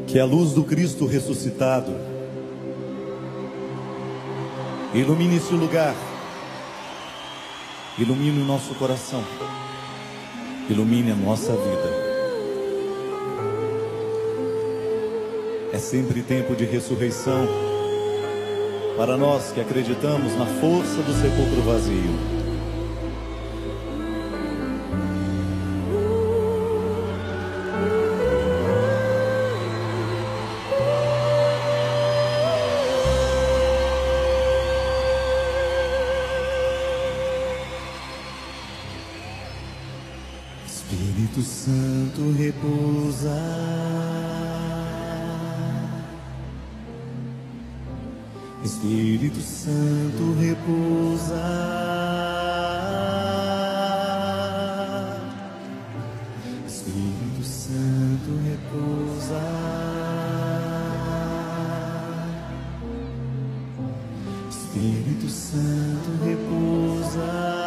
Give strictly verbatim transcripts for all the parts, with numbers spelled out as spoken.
Que a luz do Cristo ressuscitado ilumine esse lugar, ilumine o nosso coração, ilumine a nossa vida. É sempre tempo de ressurreição para nós que acreditamos na força do sepulcro vazio. Espírito Santo repousa, Espírito Santo repousa, Espírito Santo repousa, Espírito Santo repousa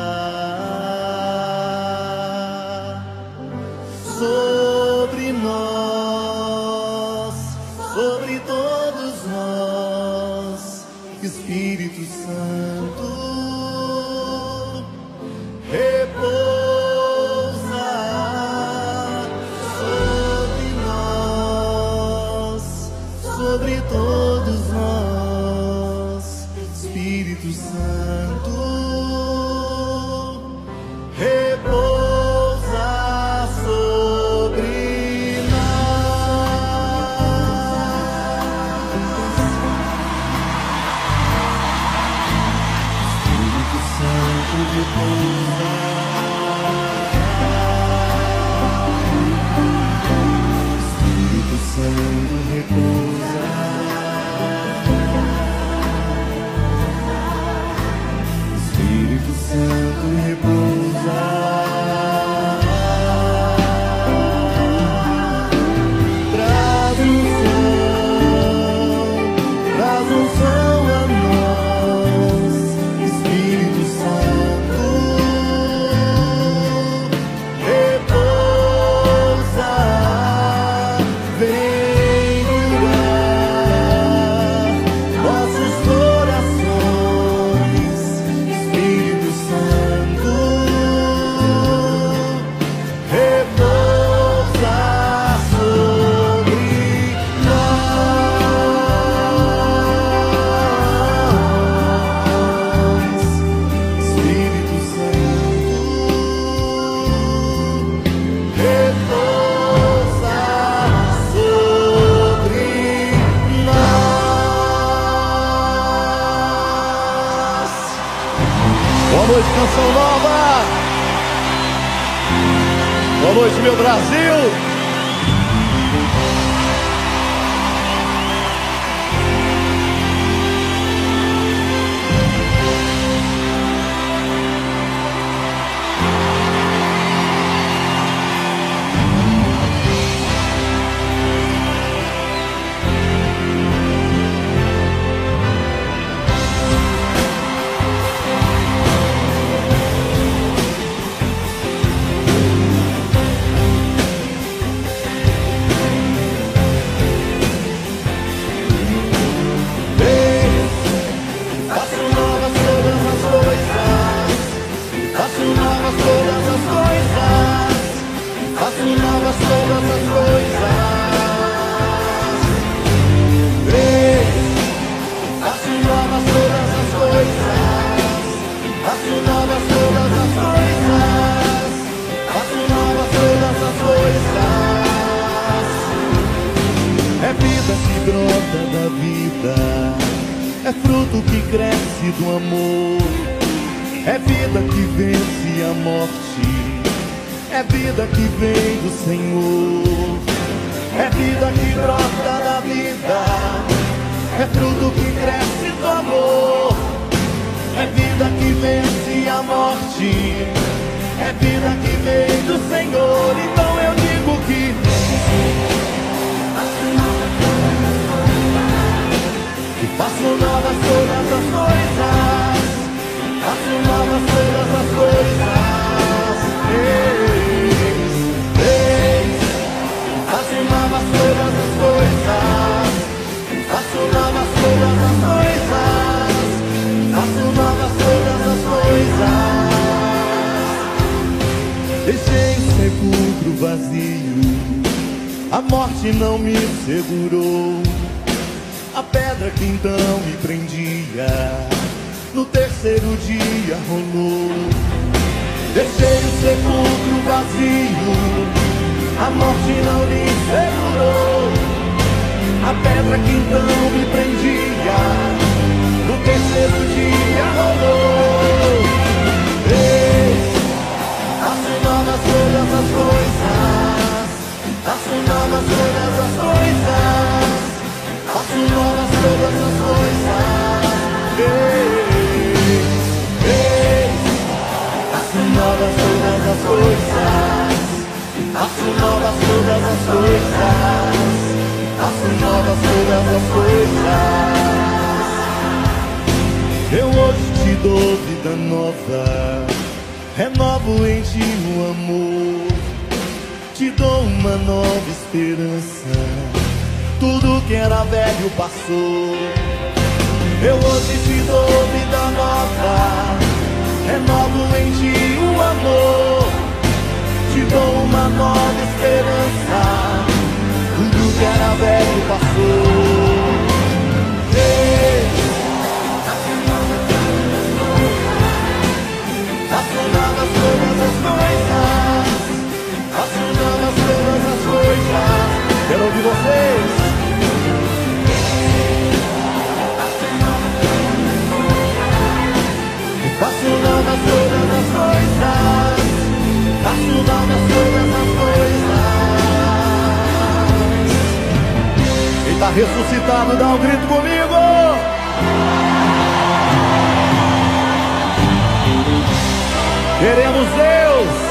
sobre nós, sobre todos nós. Espírito Santo repousa sobre nós, sobre todos nós. Espírito Santo repousa sobre Espírito Santo repousa, Espírito Santo repousa, traz unção, traz unção a nós. Espírito Santo repousa, vem curar nossos corações. Espírito Santo repousa sobre nós. Espírito Santo repousa sobre nós. Boa noite, Canção Nova. Boa noite, meu Brasil. É vida que brota da vida, é fruto que cresce do amor, é vida que vence a morte, é vida que vem do Senhor, é vida que brota da vida, é fruto que cresce do amor, é vida que vence a morte, é vida que vem do Senhor. Então eu digo que faço novas todas as coisas, faço novas todas as coisas. Eis, eis, faço novas todas as coisas. vazio, a morte não me segurou. A pedra que então me prendia, no terceiro dia rolou. Deixei o sepulcro vazio, a morte não me segurou. A pedra que então me prendia, no terceiro dia rolou. Ei, faço novas todas as coisas, faço novas todas as coisas, faço novas todas as coisas. Ei, ei, faço novas todas as coisas, faço novas todas as coisas, faço novas todas as coisas. Eu hoje te dou vida nova, renovo em ti o amor, te dou uma nova esperança. Tudo que era velho passou. Eu hoje te dou vida nova, renovo em ti o amor, te dou uma nova esperança. Tudo que era velho passou. Ei, faço novas todas as coisas, faço novas todas as coisas. Quero ouvir vocês. Faço novas todas as coisas, faço novas todas as coisas. Quem tá ressuscitado, dá um grito comigo. Queremos Deus.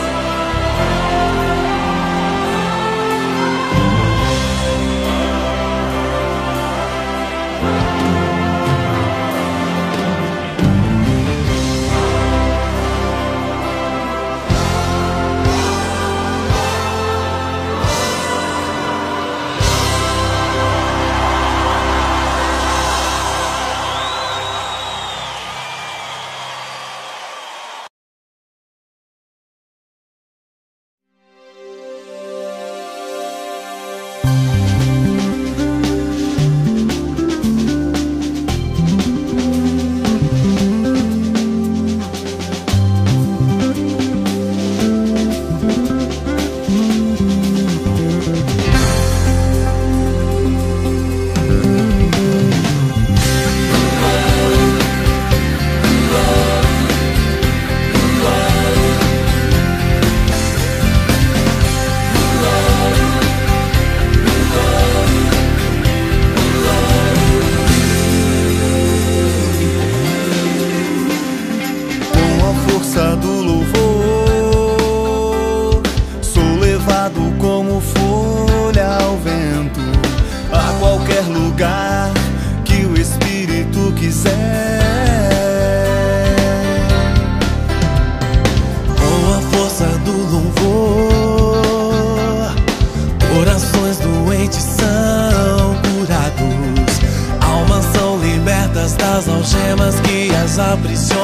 das algemas que as aprisionam.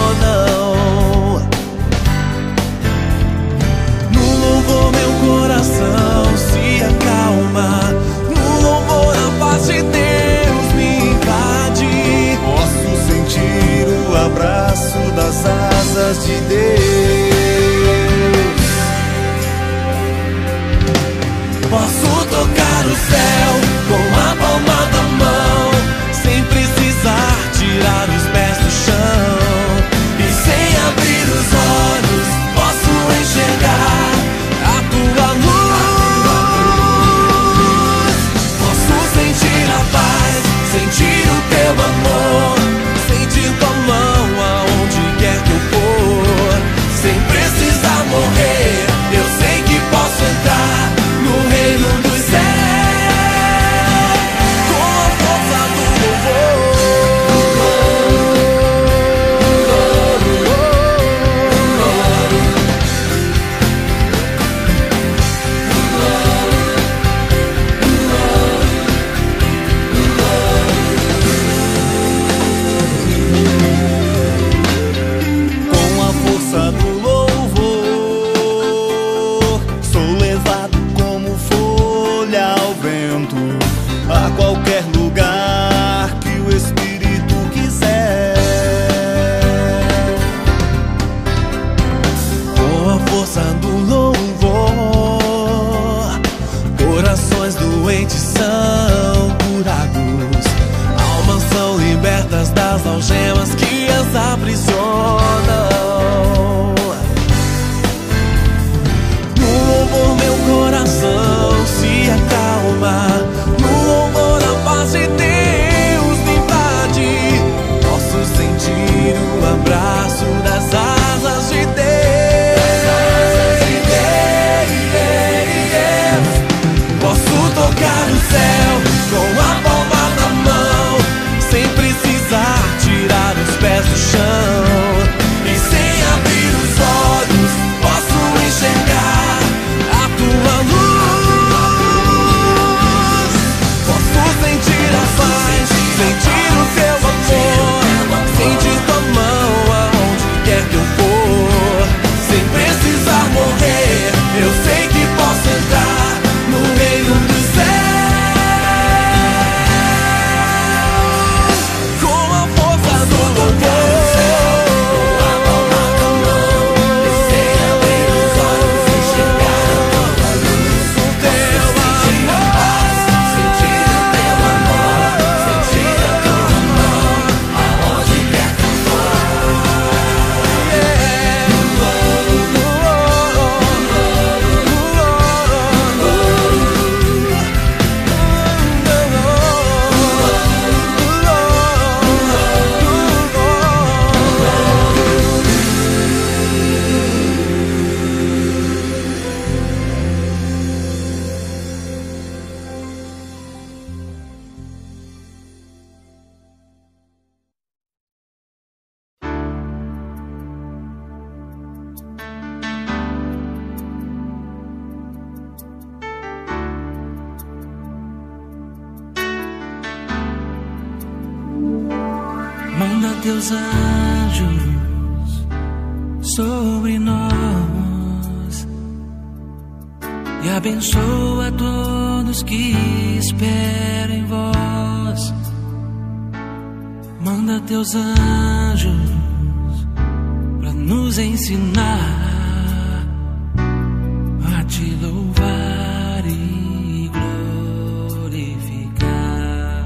No louvor meu coração se acalma, no louvor a paz de Deus me invade. Posso sentir o abraço das asas de Deus. Posso tocar o céu com a palma da mão, sem precisar tirar os pés do chão. E sem abrir os olhos posso enxergar a tua luz. Posso sentir a paz, sentir o teu amor, sentir tua mão aonde quer que eu for. teus anjos sobre nós e abençoa todos que esperam em vós. Manda teus anjos pra nos ensinar a te louvar e glorificar.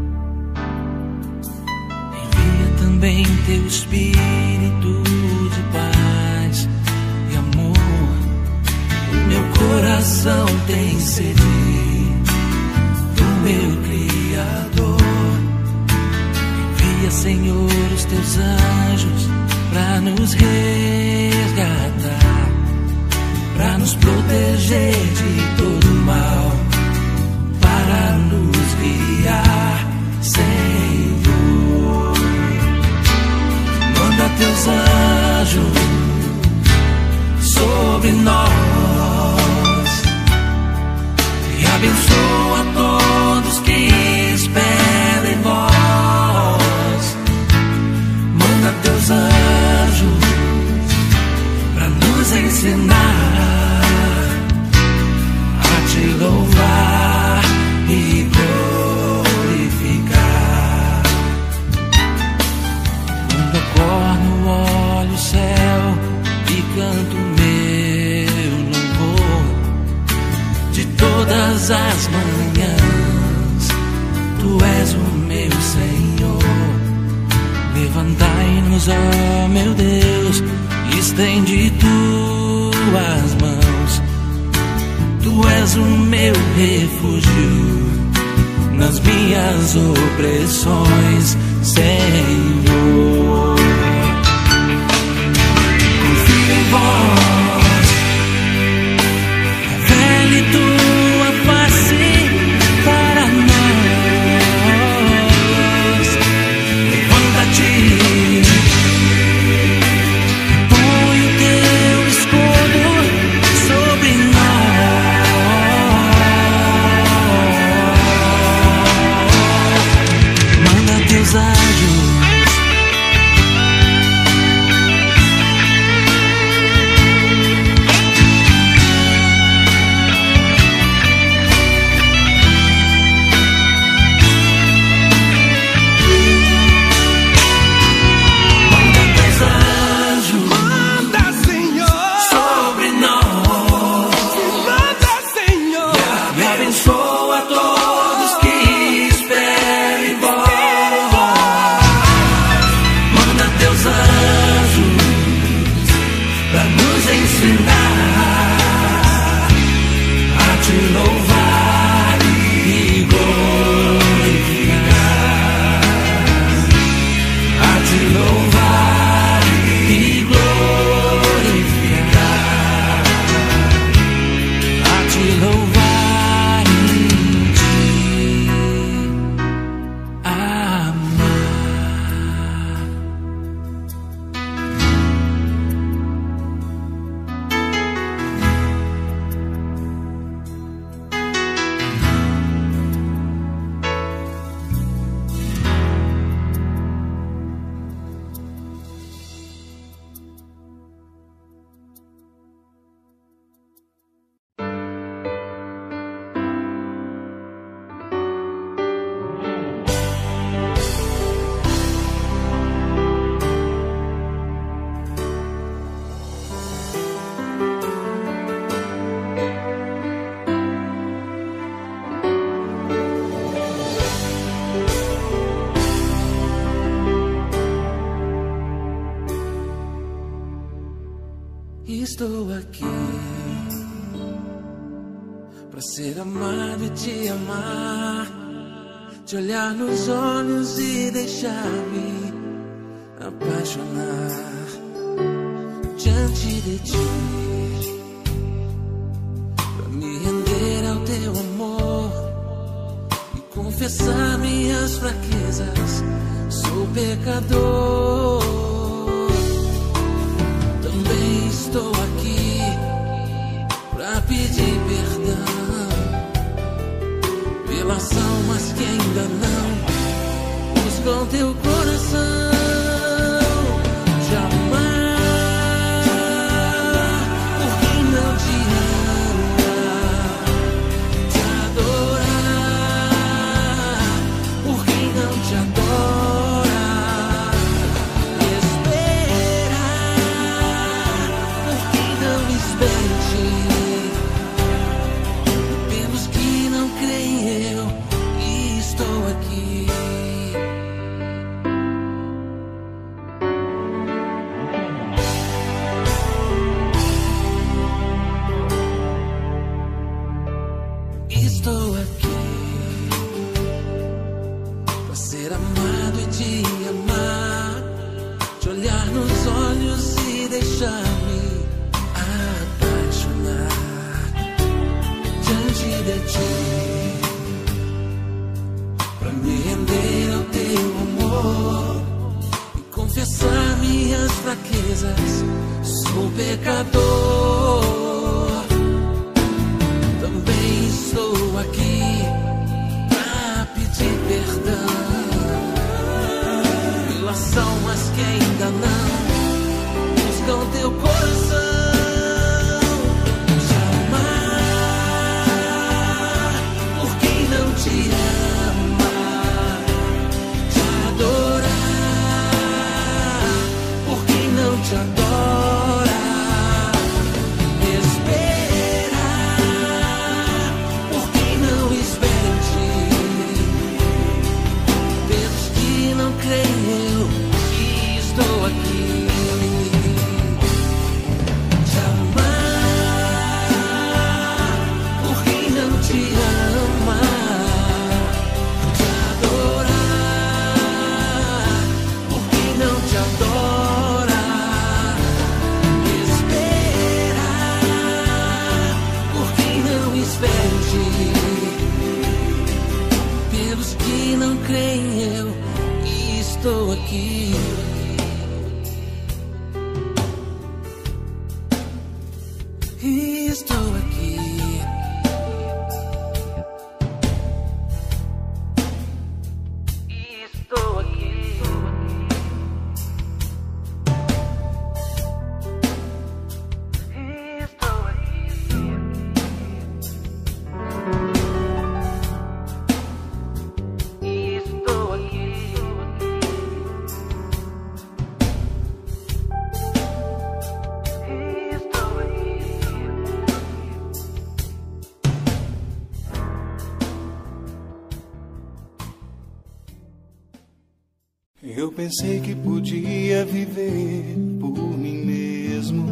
Envia também teu Espírito de paz e amor. O meu coração tem sede do meu Criador. Envia, Senhor, os teus anjos pra nos resgatar, pra nos proteger de todo mal, para nos guiar, Senhor. Manda teus anjos sobre nós e abençoa todos que esperam em vós. Manda teus anjos pra nos ensinar a te louvar e glorificar. Quando acordo, olho o céu e canto meu louvor. De todas as manhãs, tu és o meu Senhor. Levantai-nos, ó meu Deus, estende tuas mãos. Tu és o meu refúgio nas minhas opressões, Senhor. Confio em vós, revele tua face para nós. Levanta-te, põe o teu escudo sobre nós. Manda teus anjos estou aqui pra ser amado e te amar, te olhar nos olhos e deixar-me apaixonar diante de ti, pra me render ao teu amor e confessar minhas fraquezas. Sou pecador, também estou aqui pra pedir perdão pelas almas que ainda não buscam teu coração. sou pecador, também estou aqui pra pedir perdão pelas almas que ainda não buscam teu coração. Te amar por quem não te ama, te adorar por quem não te adora, esperar por quem não espera em ti, pelos que não creem eu que estou aqui. Te amar por quem não te ama, te adorar por quem não te adora, esperar por quem não espera em ti, pelos que não creem eu estou aqui. Estou aqui. Estou aqui. Estou aqui. Estou aqui. Estou aqui. Eu pensei que podia viver por mim mesmo.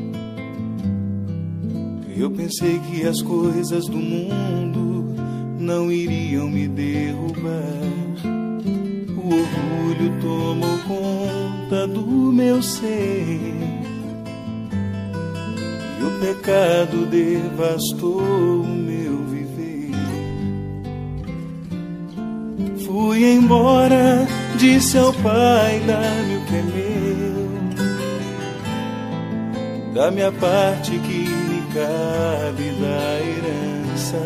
Eu pensei que as coisas do mundo não iriam me derrubar. O orgulho tomou conta do meu ser e o pecado devastou o meu viver. Fui embora, disse ao Pai, dá-me o que é meu, da minha parte que me cabe da herança.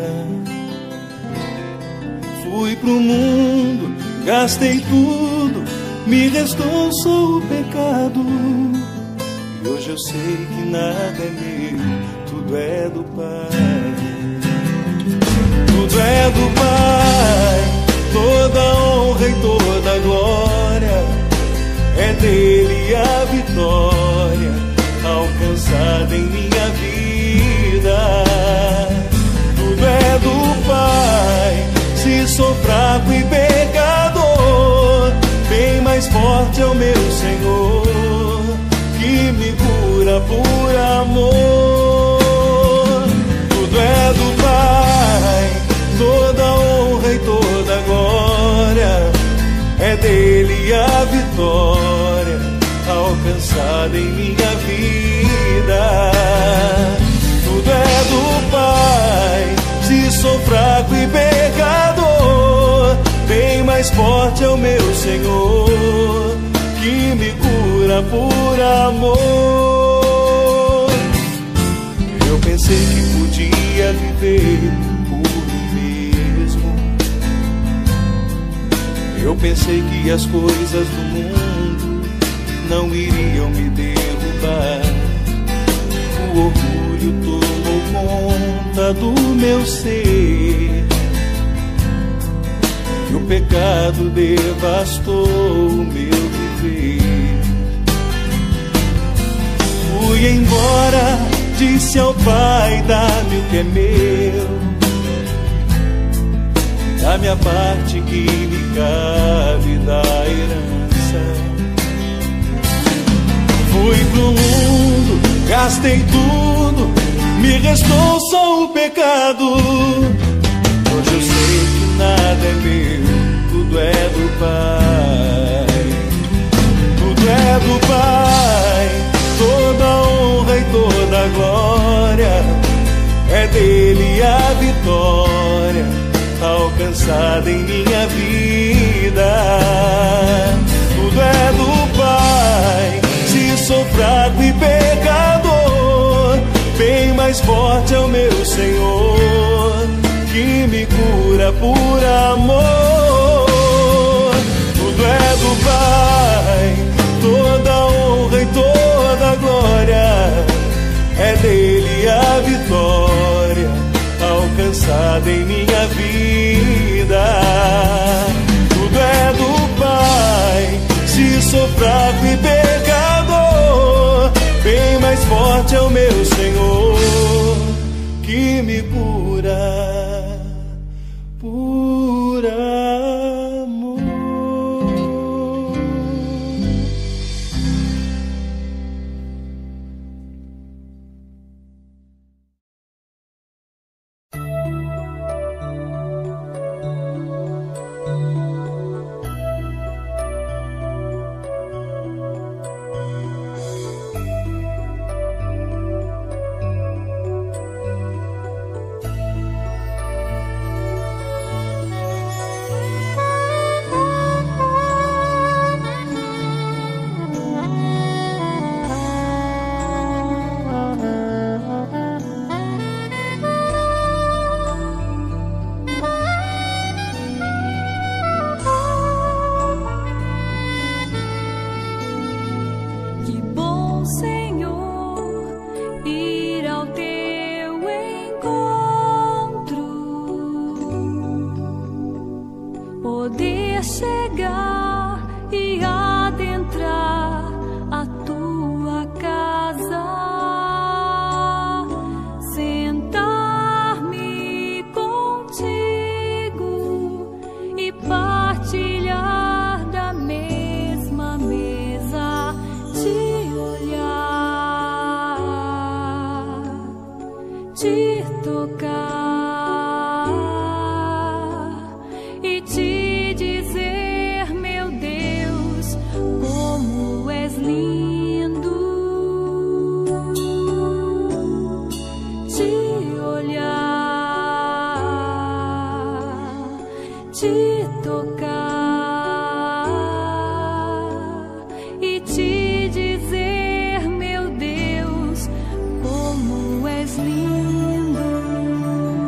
Fui pro mundo, gastei tudo, me restou só o pecado. E hoje eu sei que nada é meu, tudo é do Pai. Tudo é do Pai, toda honra e toda glória é dele a vitória alcançada em minha vida. Tudo é do Pai, se sou fraco e pecador, bem mais forte é o meu Senhor, que me cura por amor. Tudo é do Pai, toda honra e toda glória é dele a vitória alcançada em minha vida. Tudo é do Pai, se sou fraco e pecador, bem mais forte é o meu Senhor, que me cura por amor. Eu pensei que podia viver por mim mesmo. Eu pensei que as coisas do mundo não iriam me derrubar. O orgulho tomou conta do meu ser e o pecado devastou o meu viver. Fui embora, disse ao Pai, dá-me o que é meu, da minha parte que me cabe da herança. Fui pro mundo, gastei tudo, me restou só o pecado. Hoje eu sei que nada é meu, tudo é do Pai. Tudo é do Pai, toda honra e toda glória é dele a vitória alcançada em minha vida. Tudo é do Pai, se sou fraco e pecador, mais forte é o meu Senhor, que me cura por amor. Tudo é do Pai, toda honra e toda glória, é dele a vitória alcançada em minha vida. Tudo é do Pai, se sou fraco e pecador, bem mais forte é o meu Senhor, que me cura por amor. Meu Deus, como és lindo.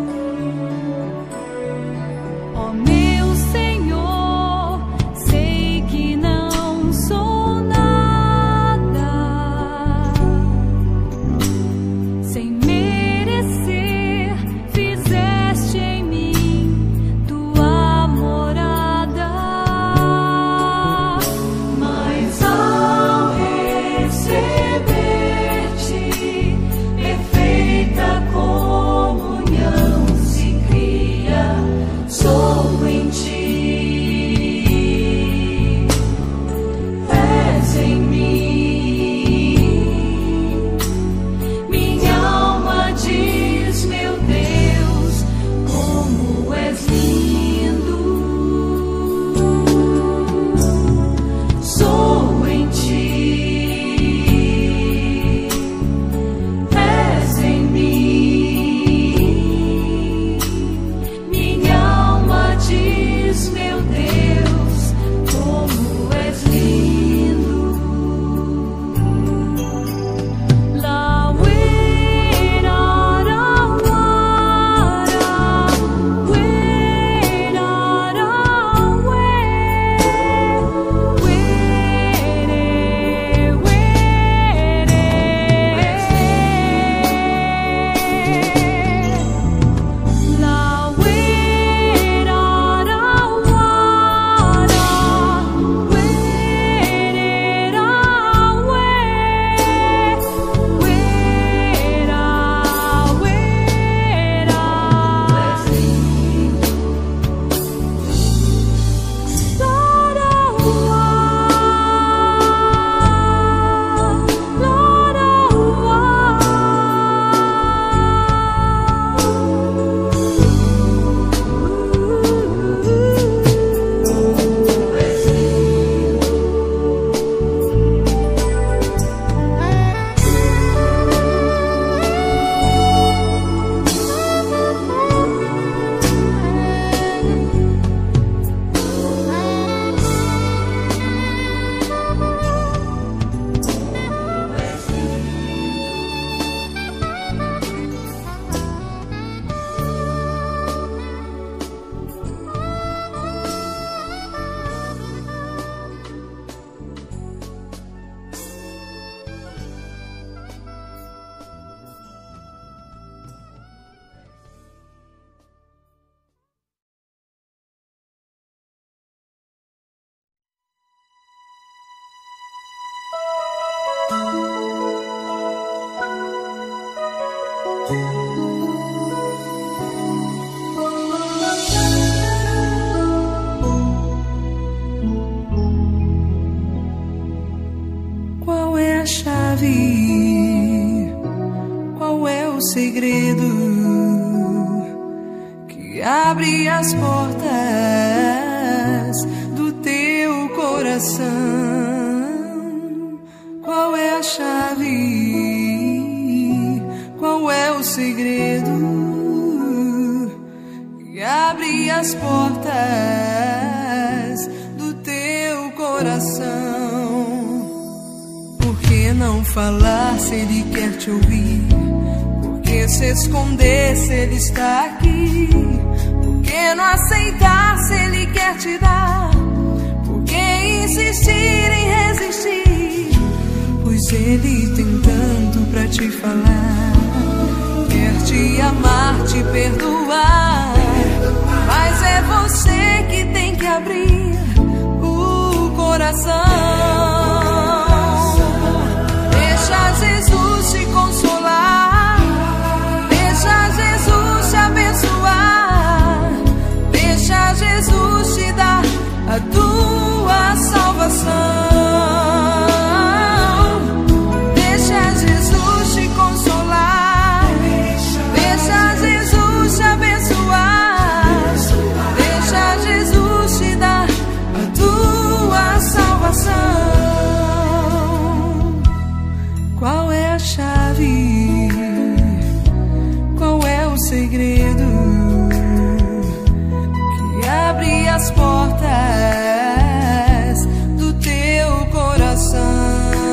segredo que abre as portas do teu coração? Qual é a chave? Qual é o segredo que abre as portas do teu coração? Por que não falar se ele quer te ouvir? Por que se esconder se ele está aqui? Por que não aceitar se ele quer te dar? Por que insistir em resistir? Pois ele tem tanto pra te falar. Quer te amar, te perdoar, mas é você que tem que abrir o coração. Deixa Jesus te consolar, deixa Jesus te abençoar, deixa Jesus te dar a tua salvação. Deixa Jesus te consolar, deixa Jesus te abençoar, deixa Jesus te dar a tua salvação. Qual é a chave? Qual é o segredo que abre as portas do teu coração?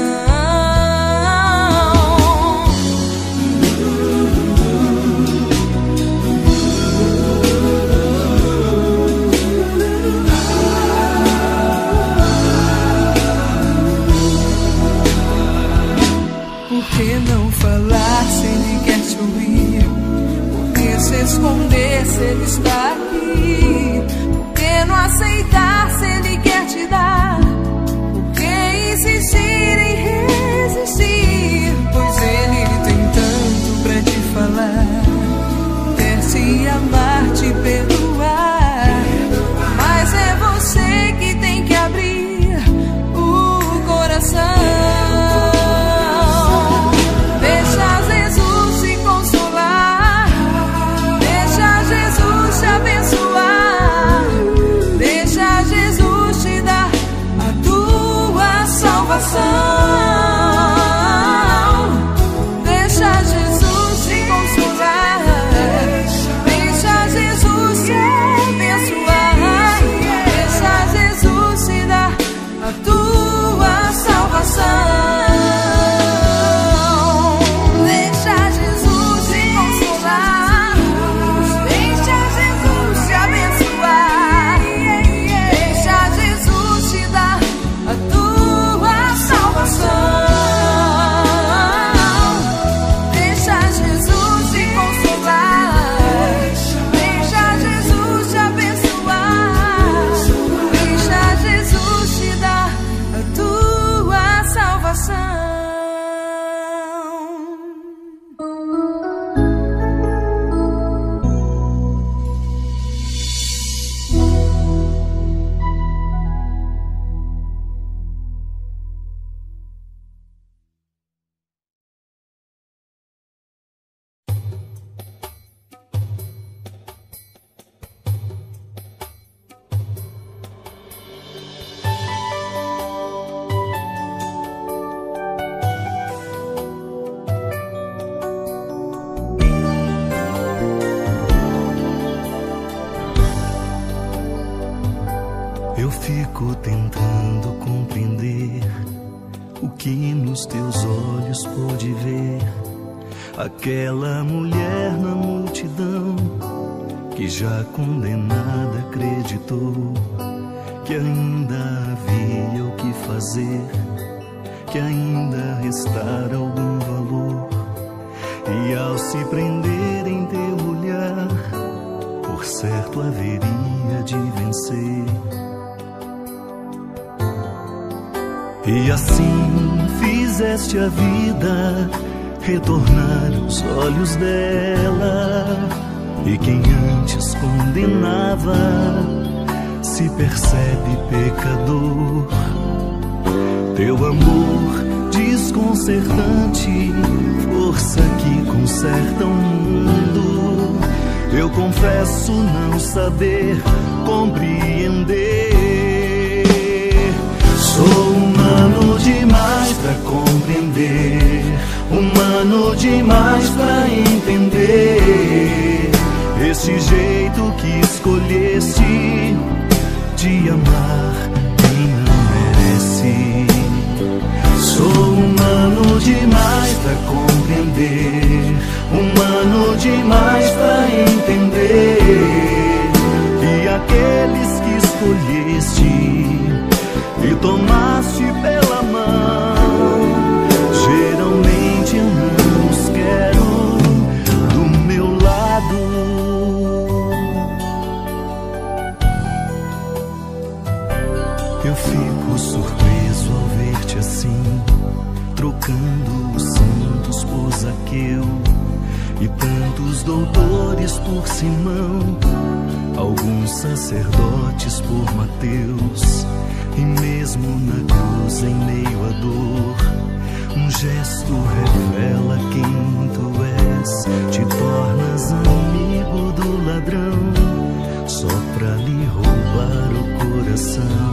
Por que não falar se ele quer te ouvir? Por que se esconder se ele está aqui? Por que não aceitar se ele quer te dar? Por que insistir em resistir? Pois ele tem tanto pra te falar. Quer te amar, te perdoar, mas é você que tem que abrir o coração. Deixa Jesus te consolar, deixa Jesus te abençoar, deixa Jesus te dar a tua salvação. Deixa Jesus te consolar, deixa Jesus te abençoar, deixa Jesus te dar a tua salvação. Deixa Jesus te consolar, deixa Jesus te abençoar, deixa Jesus te dar a tua salvação. Eu fico tentando compreender o que nos teus olhos pude ver. Aquela mulher na multidão que já condenada acreditou que ainda havia o que fazer, que ainda restara algum valor. E ao se prender em teu olhar, por certo haveria de vencer. E assim fizeste a vida retornar os olhos dela, e quem antes condenava se percebe pecador. Teu amor desconcertante, força que consegue consertam o mundo. Eu confesso não saber compreender. Sou humano demais pra compreender, humano demais pra entender esse jeito que escolheste de amar quem não merece. Sou humano demais pra compreender, humano demais pra entender que aqueles que escolheste e tomaste pela mão, geralmente eu não os quero do meu lado. Eu fico surpreso ao ver-te assim, trocando os santos por Zaqueu e tantos doutores por Simão, alguns sacerdotes por Mateus. E mesmo na cruz, em meio à dor, um gesto revela quem tu és. Te tornas amigo do ladrão, só pra lhe roubar o coração.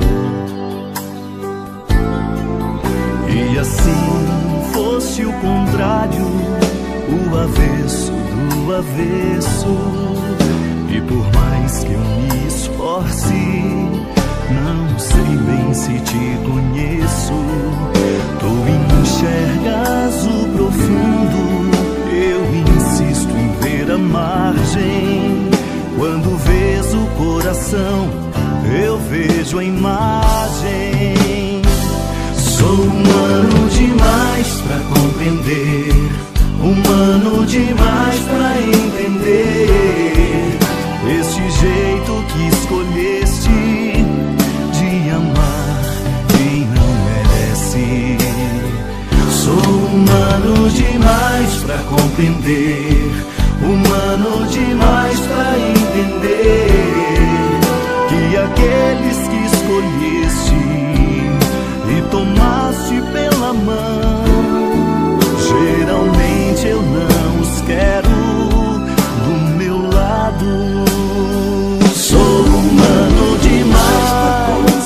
E assim fosse o contrário, o avesso do avesso. E por mais que eu me esforce, não sei bem se te conheço. Tu enxergas o profundo, eu insisto em ver a margem. Quando vês o coração, eu vejo a imagem. Sou humano demais pra compreender, humano demais pra entender este jeito que escolheste de amar quem não merece. Sou humano demais pra compreender, humano demais pra entender que aqueles que escolheste e tomaste pela mão, geralmente eu não os quero do meu lado. Sou humano demais,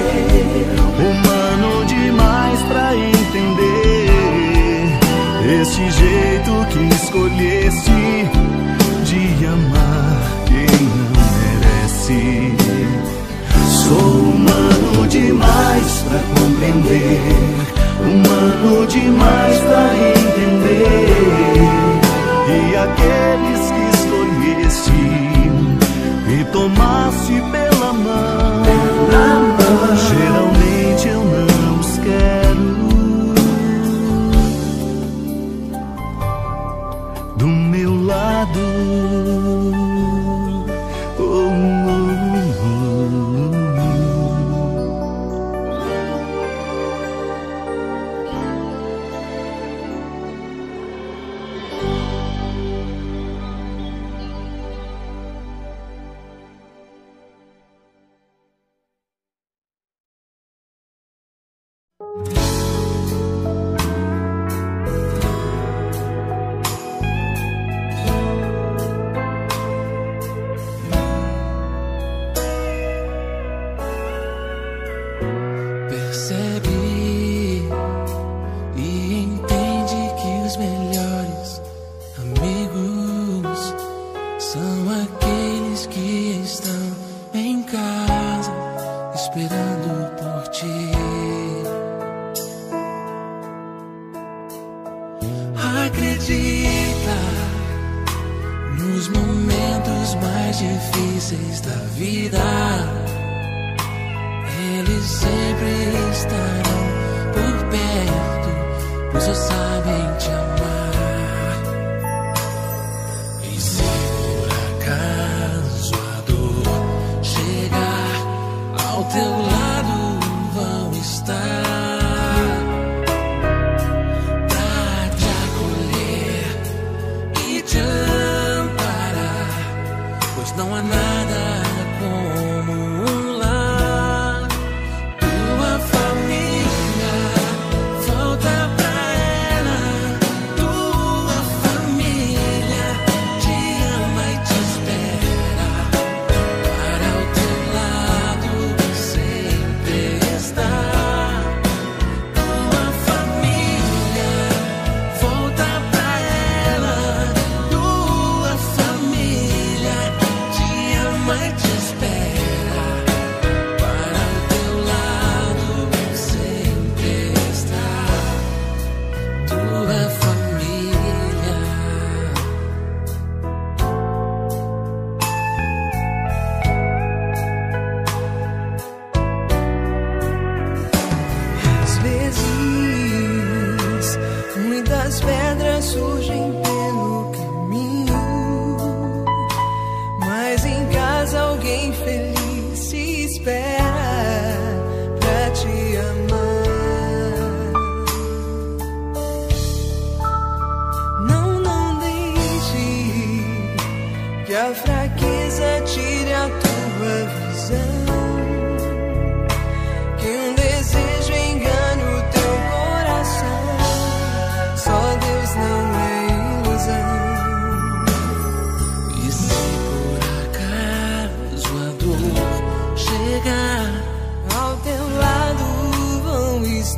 humano demais pra entender esse jeito que escolheste de amar quem não merece. Sou humano demais pra compreender, humano demais pra entender que aqueles que escolheste e tomaste pela mão, geralmente eu não os quero do meu lado. Oh, oh, oh. Percebe e entende que os melhores amigos são aqueles que estão em casa esperando por ti. Acredita, nos momentos mais difíceis da vida, eles sempre estarão por perto, pois só sabem te amar. E se por acaso a dor chegar ao teu lado, vão estar pra te acolher e te amparar, pois não há nada como um lar. Tua família, volta pra ela, pedras surgem pelo caminho, mas em casa alguém feliz se espera pra te amar. Não, não deixe que a fraqueza tire a tua visão, que um desejo engane o teu coração. Só Deus não é ilusão. E se por acaso a dor chegar, ao teu lado vão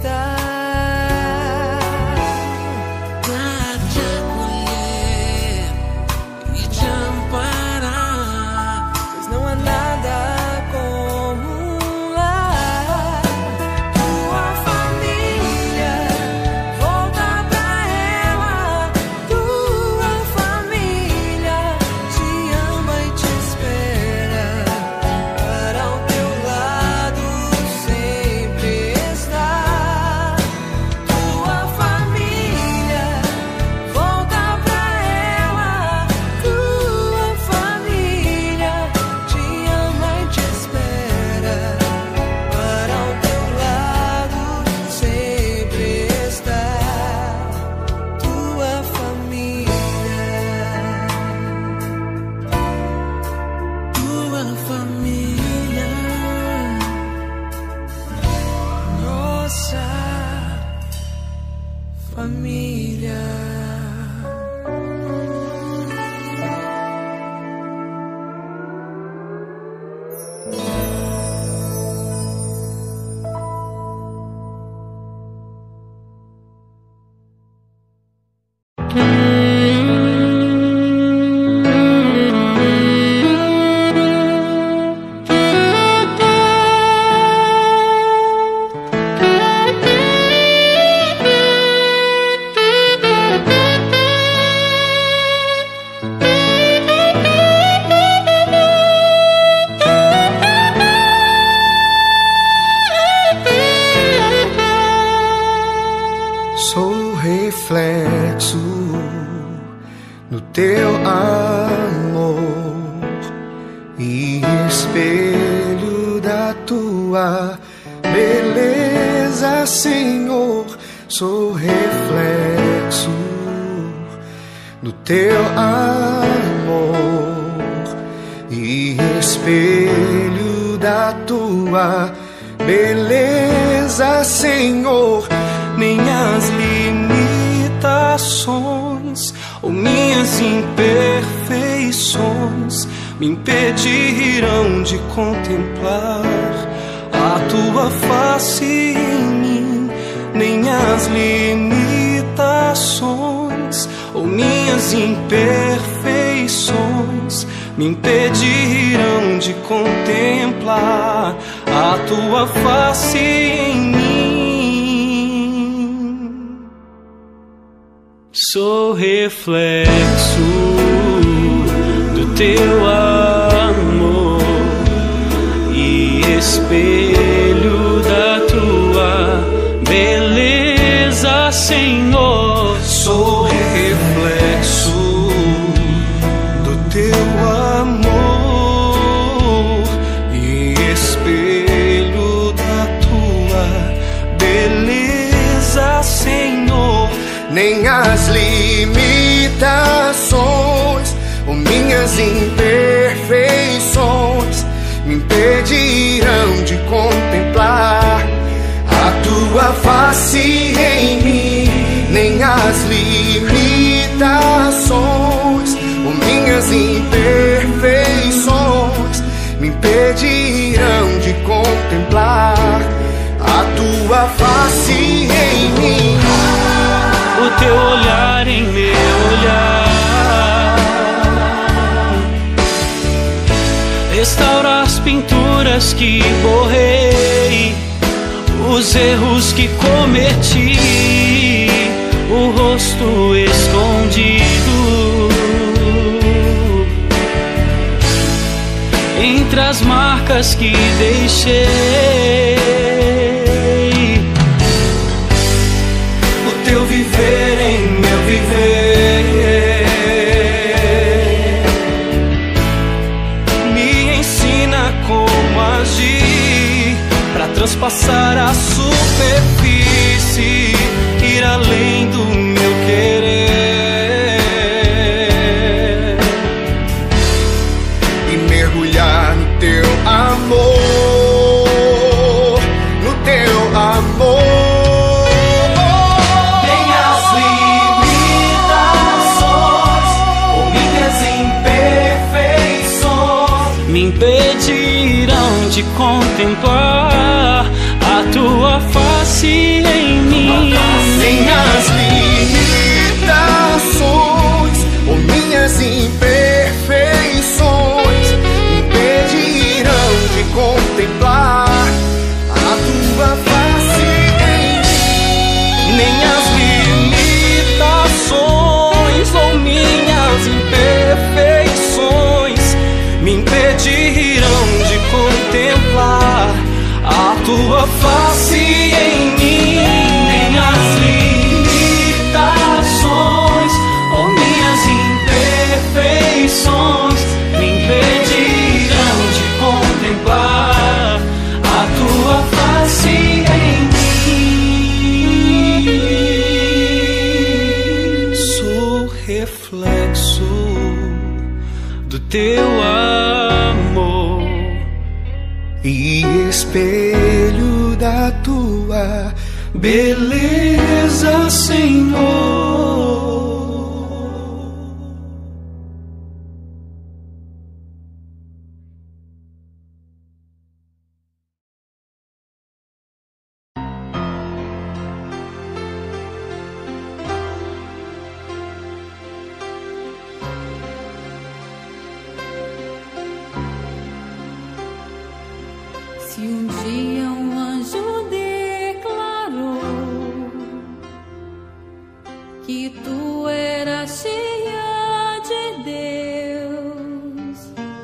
estar pra te acolher e te amparar. pois não há nada como um lar. Tua família, volta pra ela. Tua família te ama e te espera para ao teu lado sempre estar. Tua família, volta pra ela. Tua família te ama e te espera para ao teu lado sempre estar. Tua família, Tua família, nossa família. Sou reflexo do teu amor e espelho da tua beleza, Senhor. Sou reflexo do teu amor e espelho da tua beleza, Senhor. Nem as limitações ou minhas imperfeições me impedirão de contemplar a tua face em mim. Nem as limitações ou minhas imperfeições me impedirão de contemplar a tua face em mim. Sou reflexo do teu amor e espelho da tua beleza, Senhor. Sou reflexo do teu amor e espelho da tua beleza, Senhor. Nem as limitações ou minhas imperfeições me impedirão de contemplar a tua face em mim. Nem as limitações ou minhas imperfeições me impedirão de contemplar a tua face em mim. O teu olhar em meu olhar, restaura as pinturas que borrei, os erros que cometi, o rosto escondido entre as marcas que deixei. O teu viver em meu impedirão de contemplar a tua face em mim. Nem as limitações ou minhas imperfeições impedirão de contemplar a tua face em mim. Nem as limitações ou minhas imperfeições me impedirão de contemplar a tua face em mim. Nem as limitações ou minhas imperfeições me impedirão de contemplar a tua face em mim. Sou reflexo do teu amor e espelho da tua beleza, Senhor. Se um dia um anjo declarou que tu eras cheia de Deus,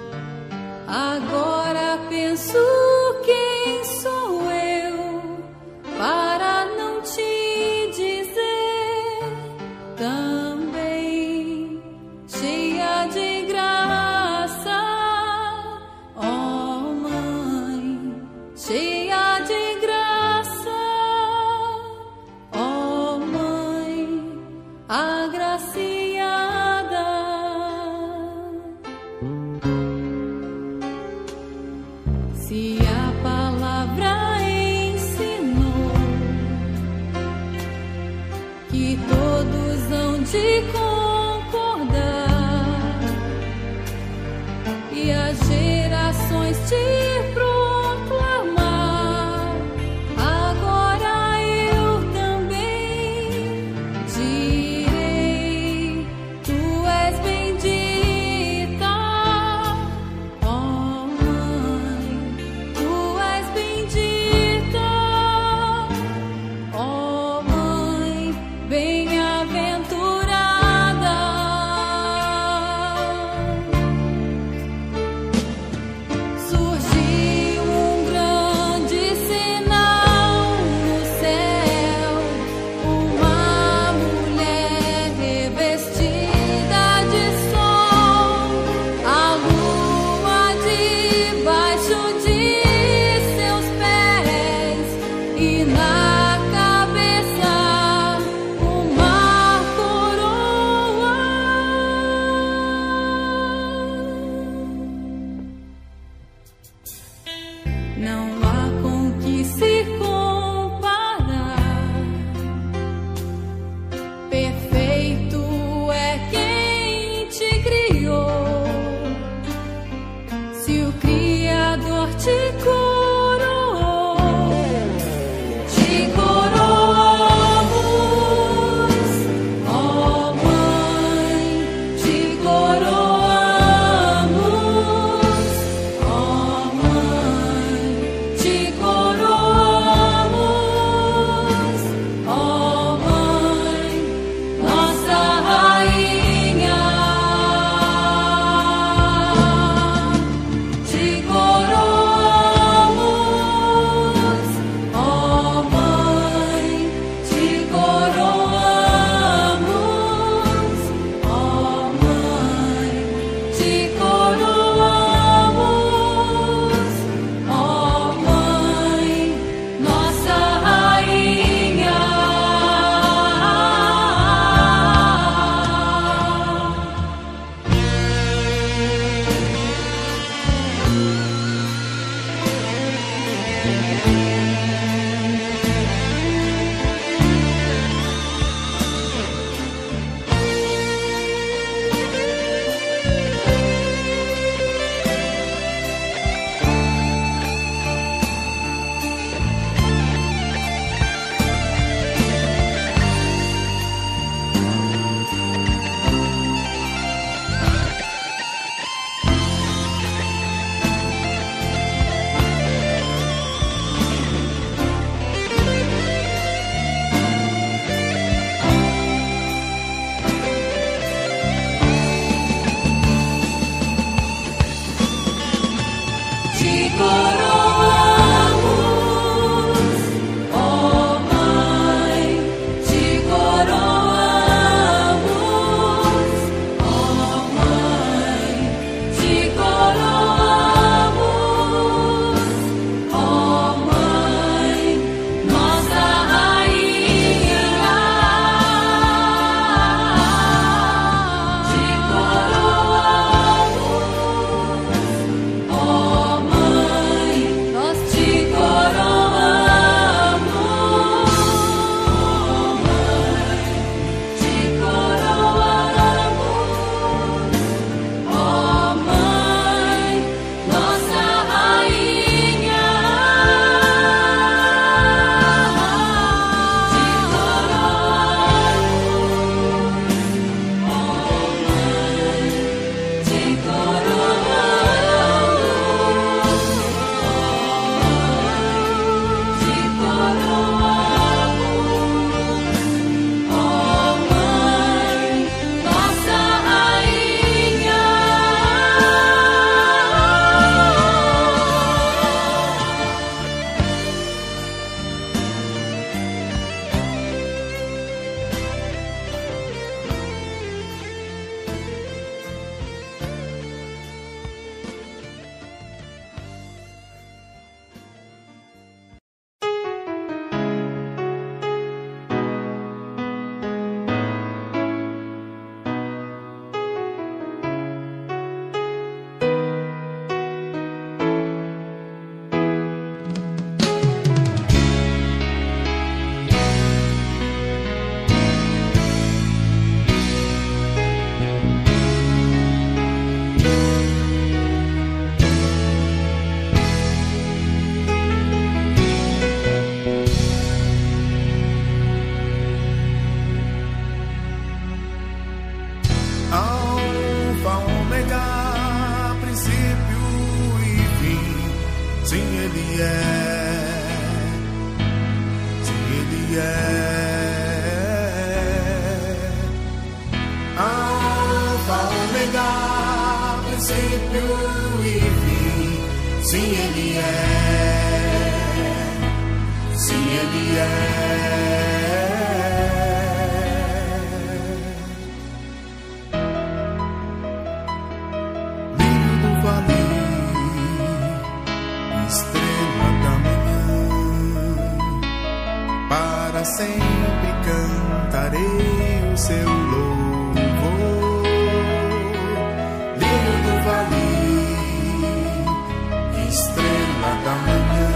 agora penso quem sou eu para não te dizer também cheia de graça, ó Mãe, cheia de graça, ó Mãe agraciada. Se a palavra ensinou que todos hão de concordar e as gerações te proclamar, agora eu também direi: tu és bendita, ó Mãe, tu és bendita, ó Mãe, bem-aventurada. Ele é, se Ele é Alfa, Ômega, princípio e fim. Sim, Ele é, sim, Ele é. Para sempre cantarei o seu louvor. Lírio do vale, estrela da manhã.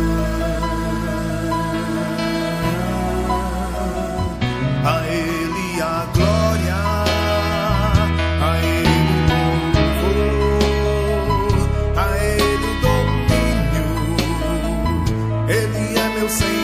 A Ele a glória, a Ele o louvor, a Ele o domínio. Ele é meu Senhor.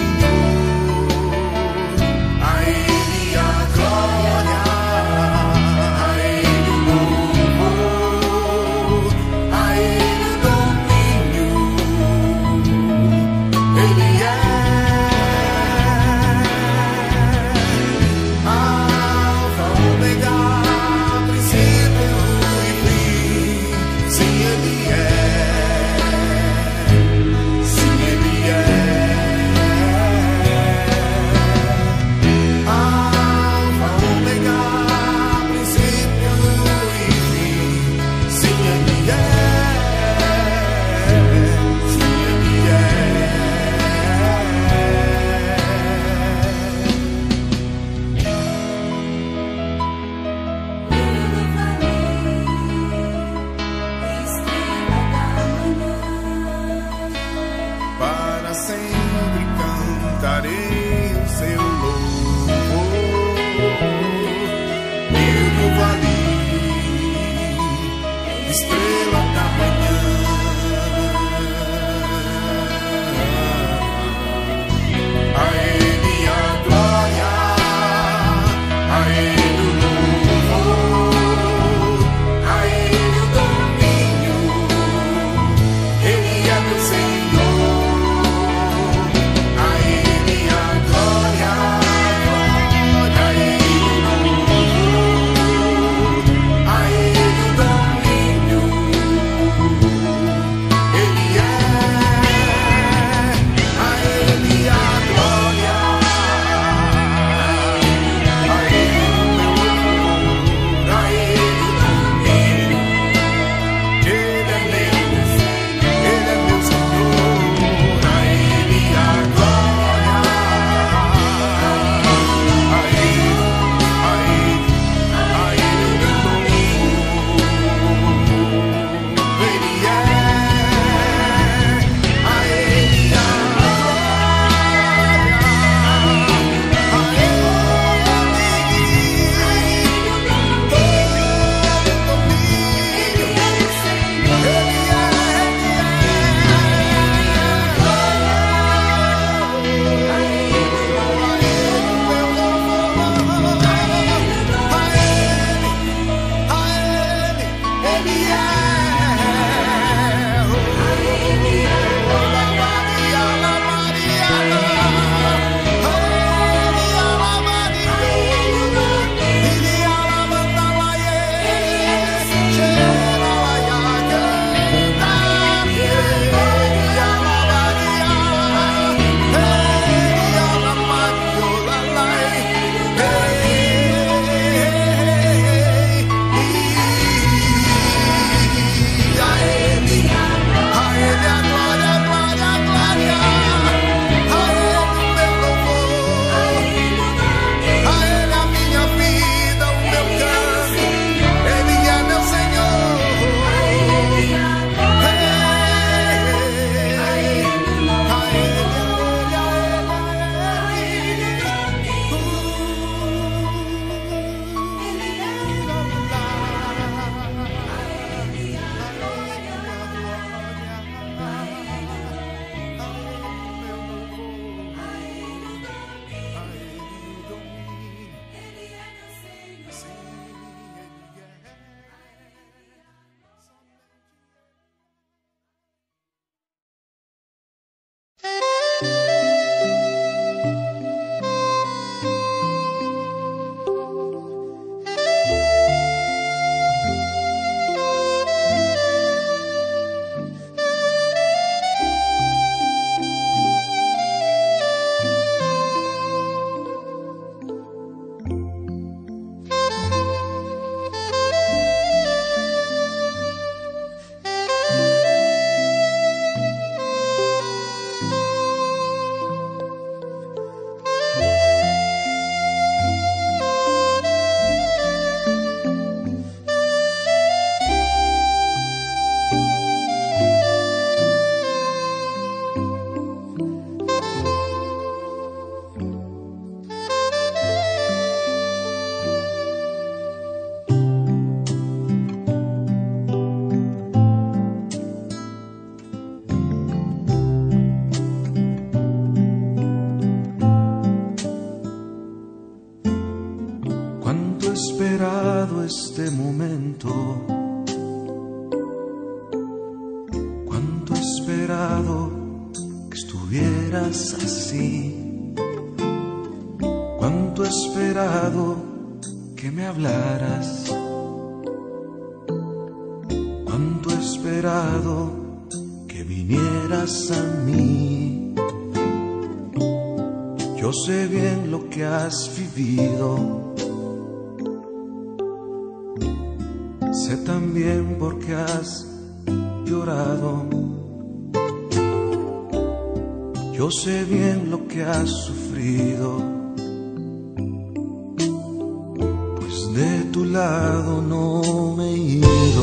Domínio esperado este momento, cuánto he esperado que estuvieras así, cuánto he esperado que me hablaras, cuánto he esperado que vinieras a mí. Yo sé bien lo que has vivido, sé también por qué has llorado. Yo sé bien lo que has sufrido, pues de tu lado no me he ido.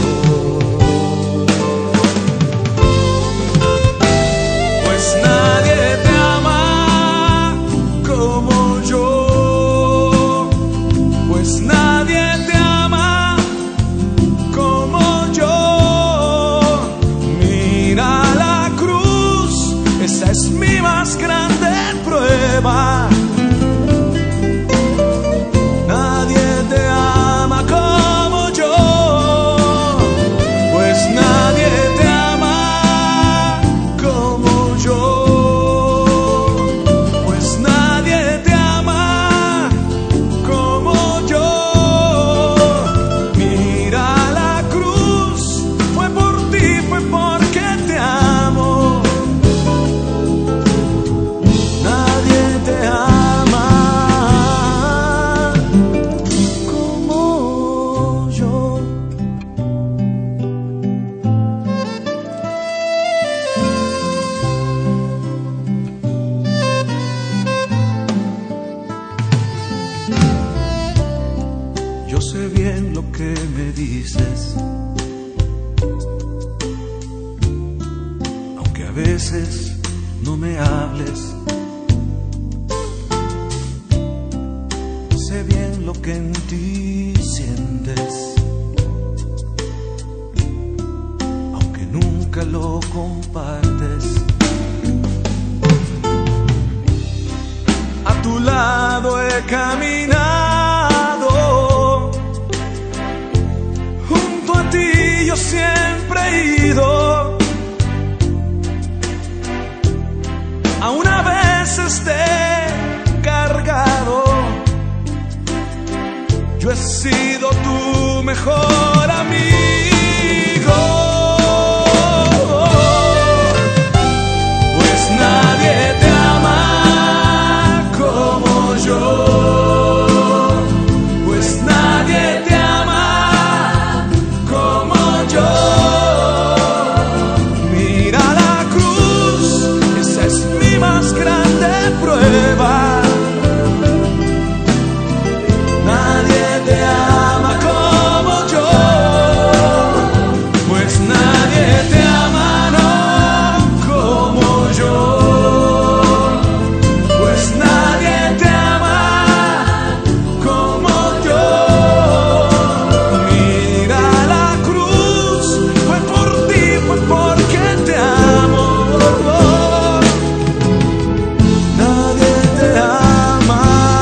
Pues nadie te ama como yo, pues nadie te ama como yo. Mira la cruz, esa es mi más grande prueba. Nadie te ama como yo, pues nadie te ama como yo, pues nadie te ama como yo. Mira la cruz, fue por ti, fue porque te amo. Nadie te ama como yo. Yo sé bien lo que me dices, aunque a veces no me hables. Sé bien lo que en ti sientes, aunque nunca lo compartes. A tu lado he caminado, junto a ti yo siempre he ido. Aún a veces te he cargado, yo he sido tu mejor amigo. Pues nadie te ama como yo, pues nadie te ama como yo. Mira la cruz, esa es mi más grande prueba. Nadie te ama como yo, pues nadie te ama, no como yo, pues nadie te ama como yo. Mira la cruz, fue por ti, fue porque te amo. Nadie te ama.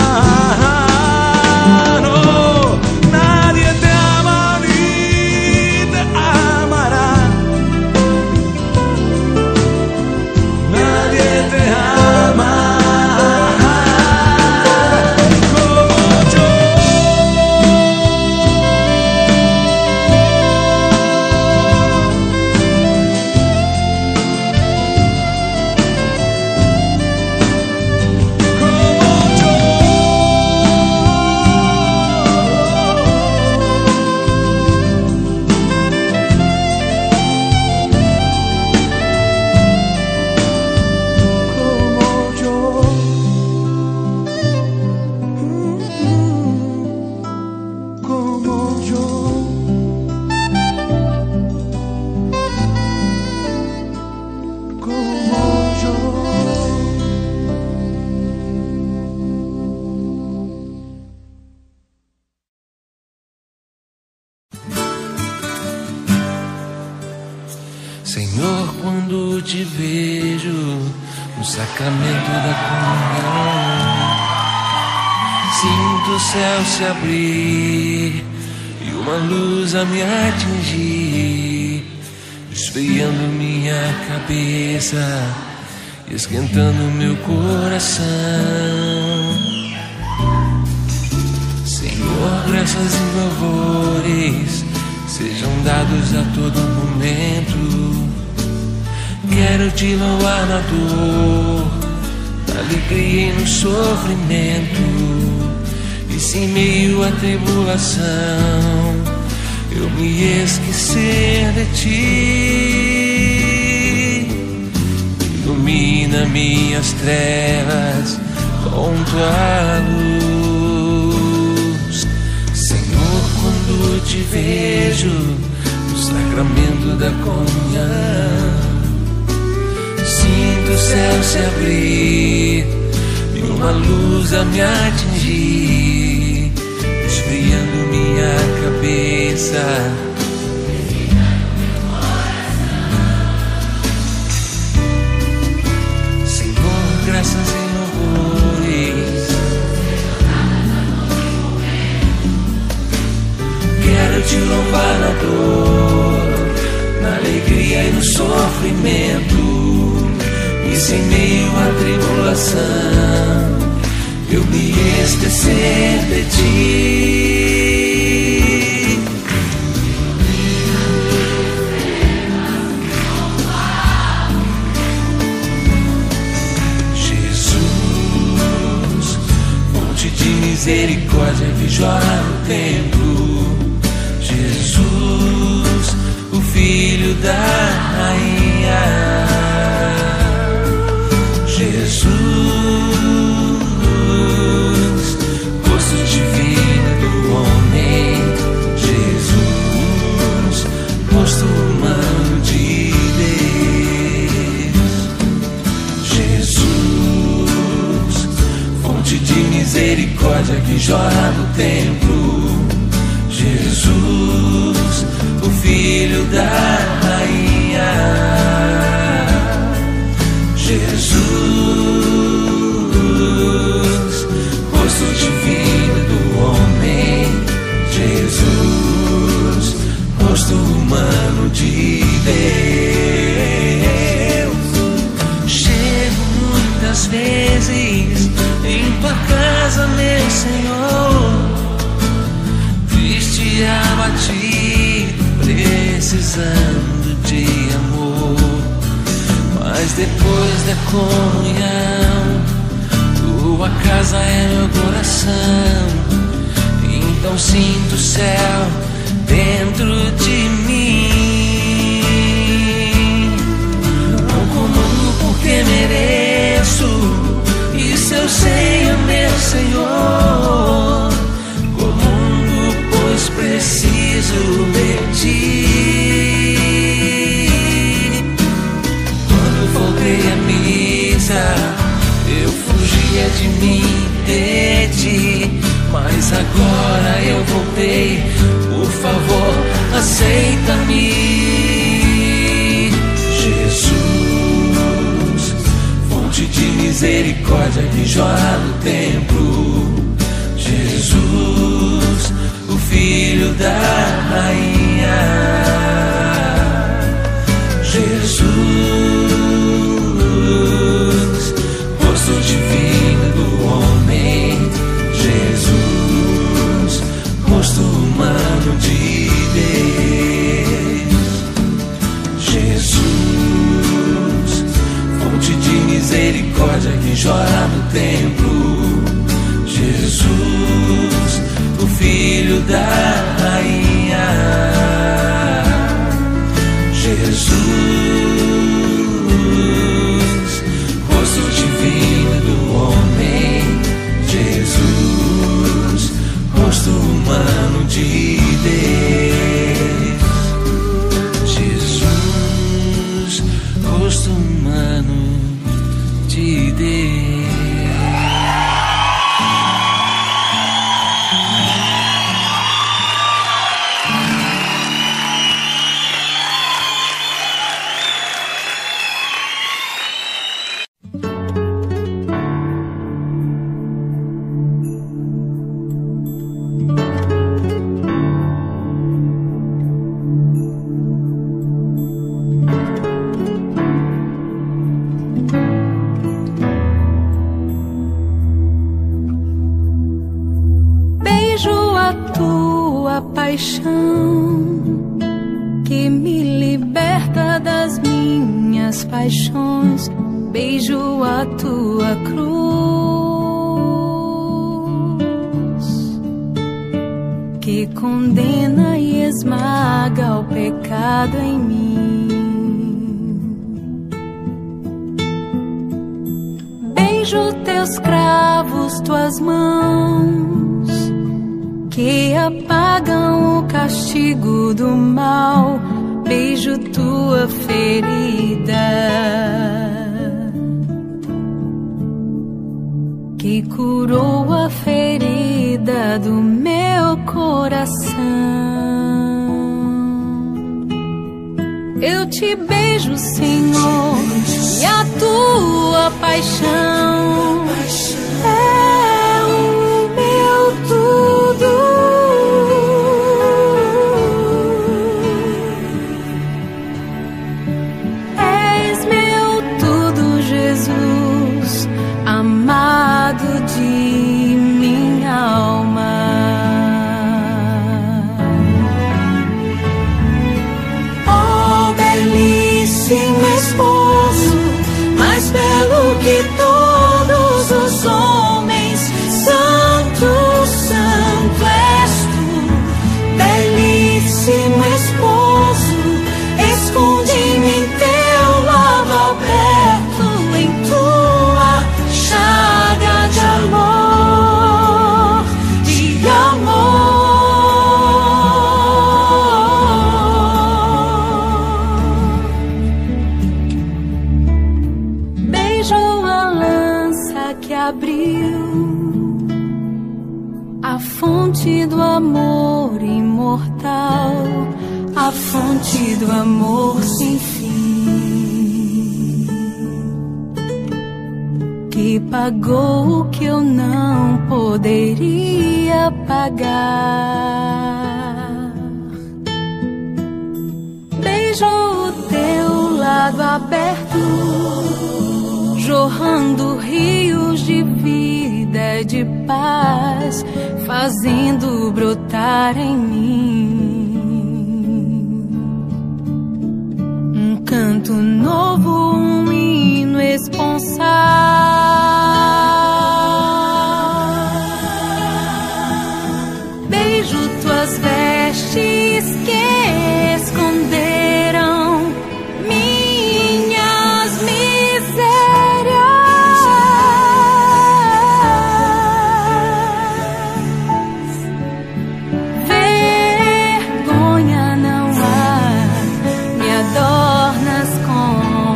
Senhor, quando te vejo no sacramento da comunhão, sinto o céu se abrir e uma luz a me atingir, esfriando minha cabeça, esquentando meu coração. Senhor, graças e louvores sejam dados a todo momento. Quero te louvar na dor, na alegria e no sofrimento. E se em meio à tribulação eu me esquecer de ti, ilumina minhas trevas com tua luz. Senhor, quando te vejo no sacramento da comunhão, sinto o céu se abrir e uma luz a me atingir, esfriando minha cabeça. Senhor, graças e louvores, quero te louvar na dor, na alegria e no sofrimento. E se em meio à tribulação eu me esquecer de ti, Jesus, fonte de misericórdia que jorra no templo, Jesus, o Filho da Rainha, Jesus, rosto divino do homem, Jesus, rosto humano de Deus, Jesus, fonte de misericórdia que jorra no templo, Jesus, o Filho da Rainha, Jesus, rosto divino do homem, Jesus, rosto humano de Deus. Chego muitas vezes em tua casa, meu Senhor, triste, abatido, precisando de amor. Mas depois da comunhão, tua casa é meu coração. Então sinto o céu dentro de mim. Não comungo porque mereço, isso eu sei, meu Senhor. Comungo pois preciso de ti. Voltei à missa, eu fugia de mim, de ti, mas agora eu voltei, por favor, aceita-me. Jesus, fonte de misericórdia que jorra no templo, Jesus, o Filho da Rainha, Jesus, rosto divino do homem, Jesus, rosto humano de Deus, Jesus, fonte de misericórdia que jorra no templo, Jesus, o Filho da Rainha, Jesus, rosto divino do homem, Jesus, rosto humano de Deus, Jesus, rosto humano de Deus. que me liberta das minhas paixões. Beijo a tua cruz, que condena e esmaga o pecado em mim. Beijo teus cravos, tuas mãos, que apagam o castigo do mal. Beijo tua ferida, que curou a ferida do meu coração. Eu te beijo, Senhor, e a tua paixão é o meu tudo. És meu tudo, Jesus, amado de minha alma. Oh, belíssimo esposo, mais belo que todos os homens, santo, santo és tu. Belíssimo esposo, esconde-me em teu lado aberto, em tua chaga de amor, de amor. Beijo a lança que abriu a fonte do amor imortal, a fonte do amor sem fim, que pagou o que eu não poderia pagar. Beijo o teu lado aberto, jorrando rios de vida, de paz, fazendo brotar em mim um canto novo, um hino esponsal. Beijo tuas vestes que esconderam minhas misérias. Vergonha não há, me adornas com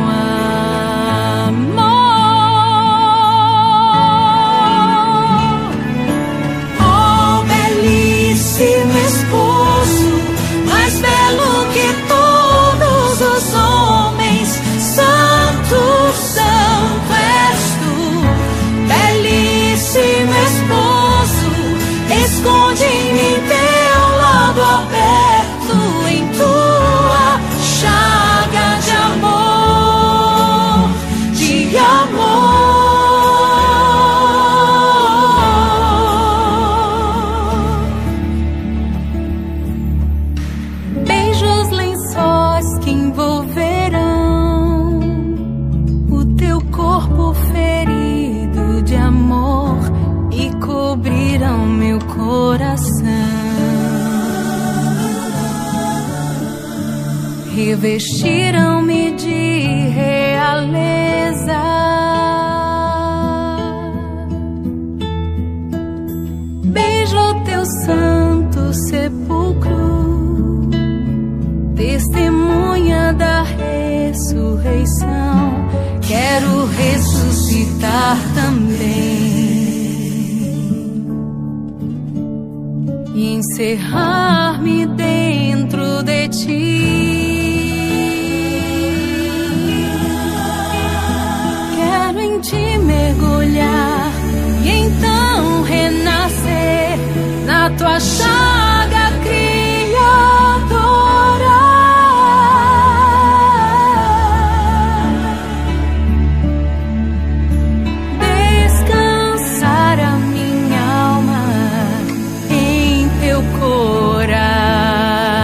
amor. Oh, belíssimo esposo, mais belo que todos os homens, santo, santo és tu. Belíssimo esposo, esconde-me em teu lado aberto, em tua chaga de amor, de amor. Beijo os lençóis que envolverão o teu corpo ferido de amor e cobrirão meu coração. Revestiram-me de realeza, beijo o teu santo sepulcro, testemunha da ressurreição. Quero ressuscitar também e encerrar-me dentro de ti. Quero em ti mergulhar e então renascer na tua chaga criadora. Descansar a minha alma em teu coração.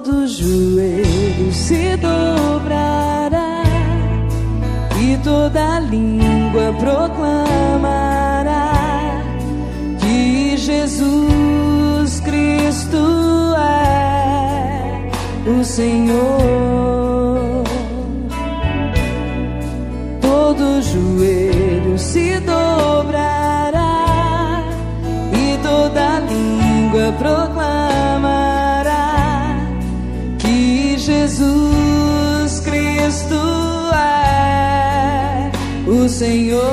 todo joelho se dobrará e toda língua proclamará que Jesus Cristo é o Senhor. Todo joelho se dobrará e toda língua proclamará que Jesus Cristo é o Senhor.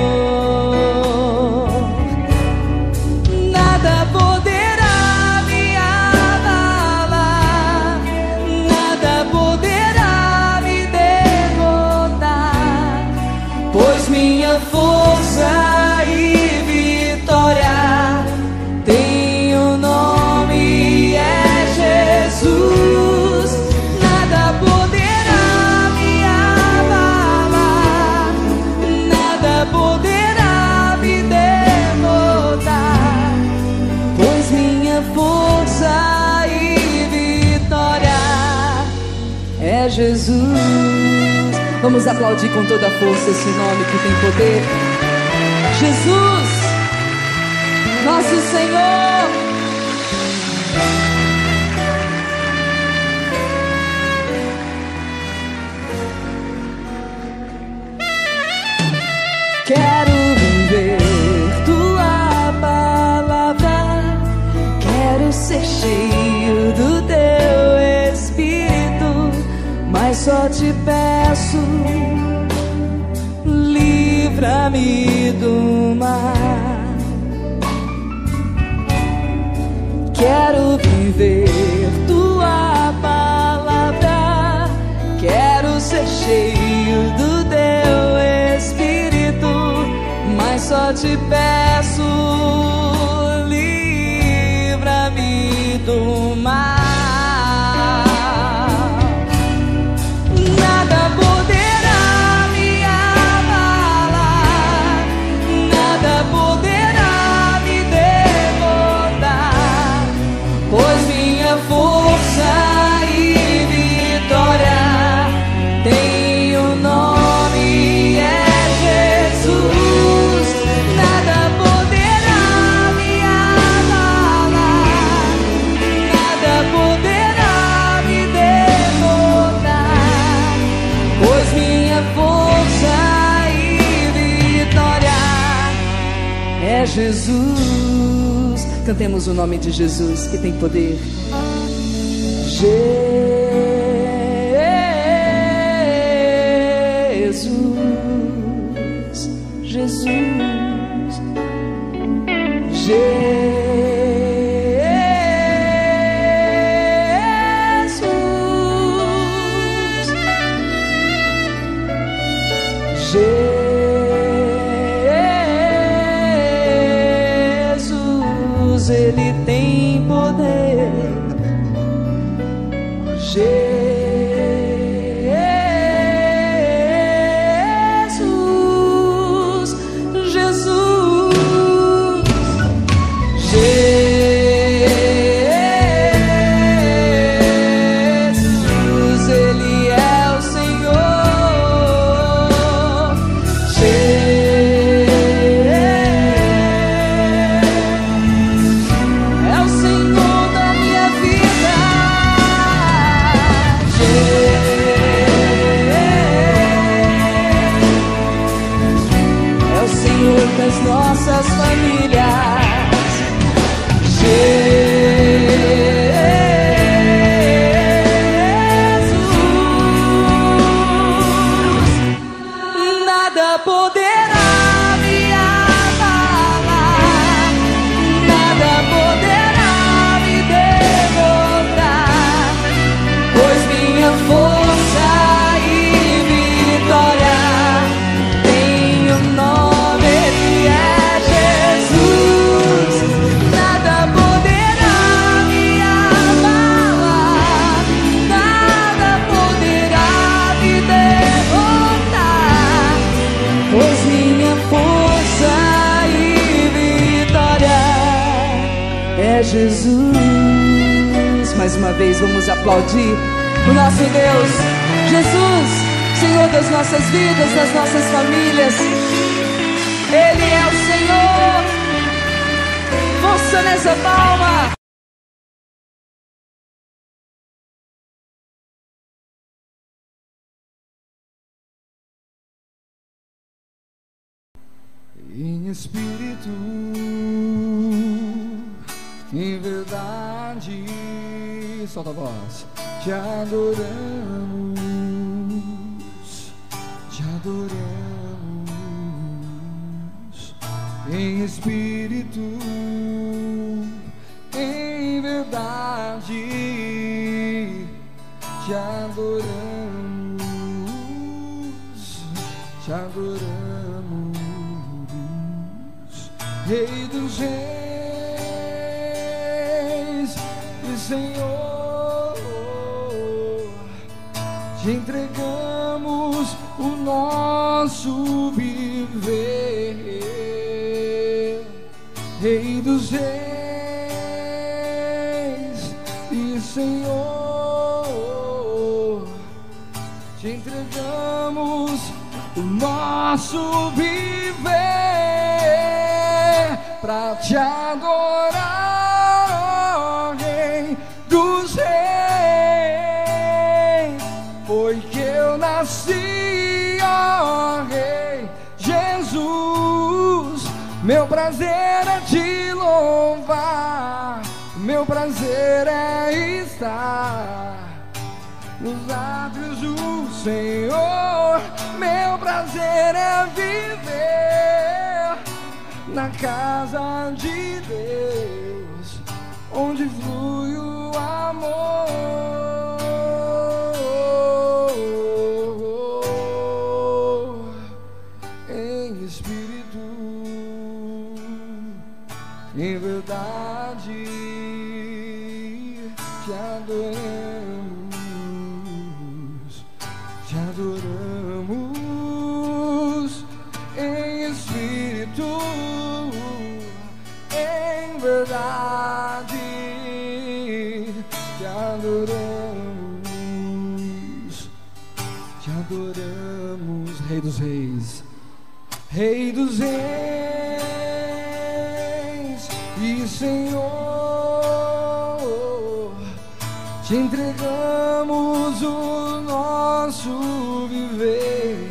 Nada poderá me abalar, nada poderá me derrotar, pois minha força e vitória tem o nome é Jesus. Nada poderá me abalar, nada poderá me derrotar, pois minha força e vitória é Jesus. Vamos aplaudir com toda a força esse nome que tem poder. Jesus, nosso Senhor. Quero viver tua palavra, quero ser cheio do teu Espírito, mas só te peço, livra-me do mal. Quero viver tua palavra, quero ser cheio do teu Espírito, mas só te peço, livra-me do mal. Nada poderá me abalar, nada poderá me derrotar, pois minha força e vitória tem o nome é Jesus. Nada poderá me abalar, nada poderá me derrotar, pois minha força e vitória é Jesus. Cantemos o nome de Jesus que tem poder. Jesus, Jesus, Jesus, Ele tem poder. Jesus, Jesus, Jesus, Ele é o Senhor. É o Senhor da minha vida. É o Senhor das nossas famílias. Jesus, nada poderá me abalar, nada poderá me derrotar, pois minha força e vitória tem o nome que é Jesus. Nada poderá me abalar, nada poderá me derrotar, pois minha força e vitória é Jesus. mais uma vez, vamos aplaudir o nosso Deus, Jesus, Senhor das nossas vidas, das nossas famílias. Ele é o Senhor. Força nessa palma. Em espírito, em verdade, solta a voz. Te adoramos, te adoramos. Em espírito, em verdade, te adoramos, te adoramos. Rei dos reis e Senhor, te entregamos o nosso viver. Rei dos reis e Senhor, te entregamos o nosso viver. Pra te adorar, ó Rei dos reis, foi que eu nasci, ó Rei Jesus. Meu prazer é te louvar, meu prazer é estar nos átrios do Senhor. Meu prazer é viver na casa de Deus, onde flui o amor. Em espírito, em verdade, te adoramos, te adoramos. Em espírito, em verdade, te adoramos, te adoramos. Rei dos reis, Rei dos reis e Senhor, te entregamos o nosso viver.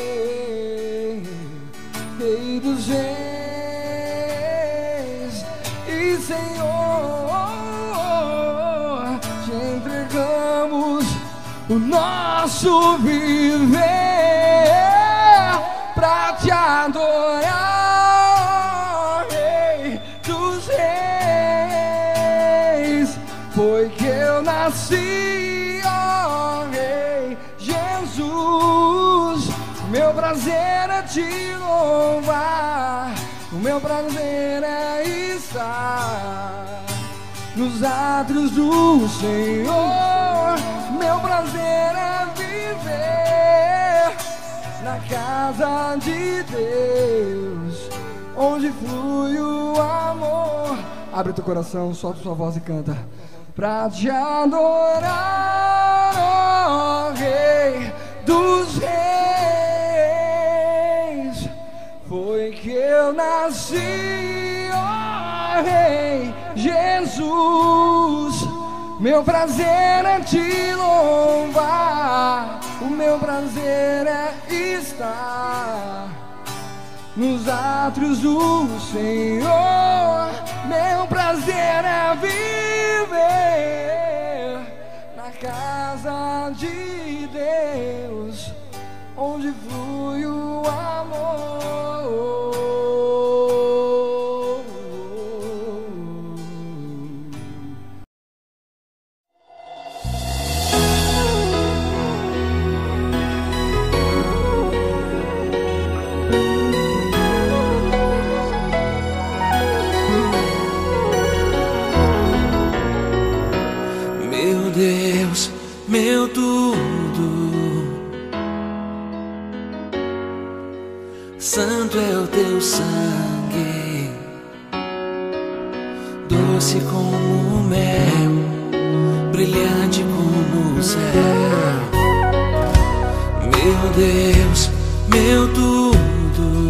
Rei dos reis e Senhor, te entregamos o nosso viver pra te adorar, Rei dos reis. Foi que eu nasci, ó Rei Jesus. Meu prazer é te louvar, o meu prazer é estar nos átrios do Senhor. Meu prazer é viver na casa de Deus, onde flui o amor. Abre teu coração, solta sua voz e canta. Pra te adorar, ó Rei dos reis, foi que eu nasci, ó Rei Jesus. Meu prazer é te louvar, o meu prazer é estar nos átrios do Senhor. Meu prazer é viver na casa de Deus, onde flui o amor. Meu Deus, meu tudo, santo é o teu sangue, doce como mel, brilhante como o céu. Meu Deus, meu tudo,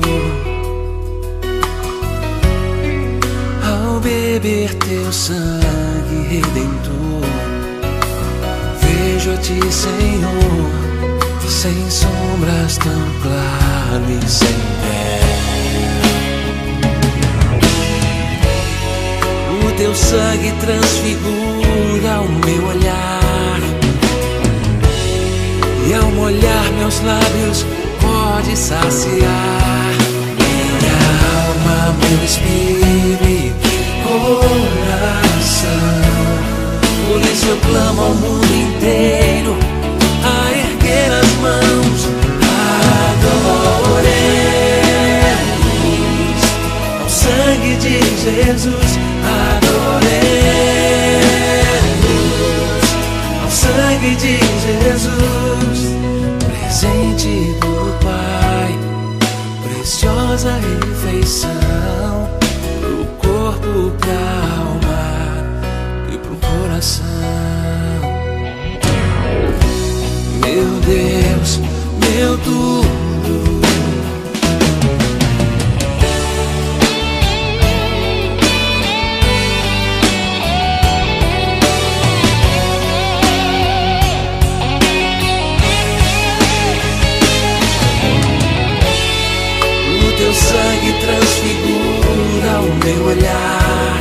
ao beber teu sangue redentor, vejo a ti, Senhor, sem sombras, tão claro e sem pé. O teu sangue transfigura o meu olhar, e ao molhar meus lábios pode saciar minha alma, meu espírito e coração. Por isso eu clamo ao mundo inteiro a erguer as mãos, adoremos ao sangue de Jesus, adoremos ao sangue de Jesus, presente do Pai, preciosa refeição pro corpo, pra alma e pro coração. Meu Deus, meu tudo, o teu sangue transfigura o meu olhar,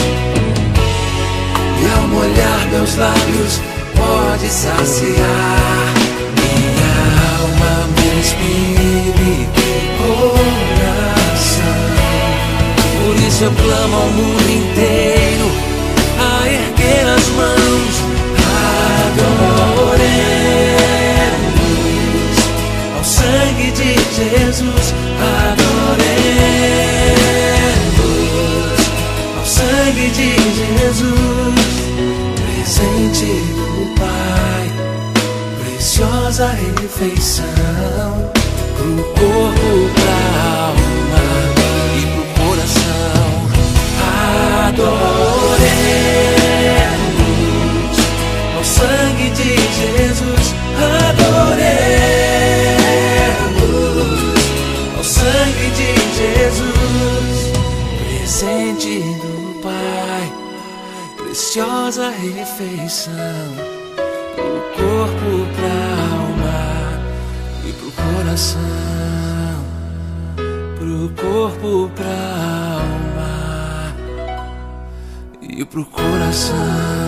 e ao molhar meus lábios pode saciar minha alma, meu espírito e coração. Por isso eu clamo ao mundo inteiro a erguer as mãos, adoremos ao sangue de Jesus, adoremos ao sangue de Jesus, presente do Pai, preciosa refeição pro corpo, pra alma e pro coração. Adoremos ao sangue de Jesus, adoremos ao sangue de Jesus, presente do Pai, preciosa refeição pro corpo, pra alma e pro coração, pro corpo, pra alma e pro coração.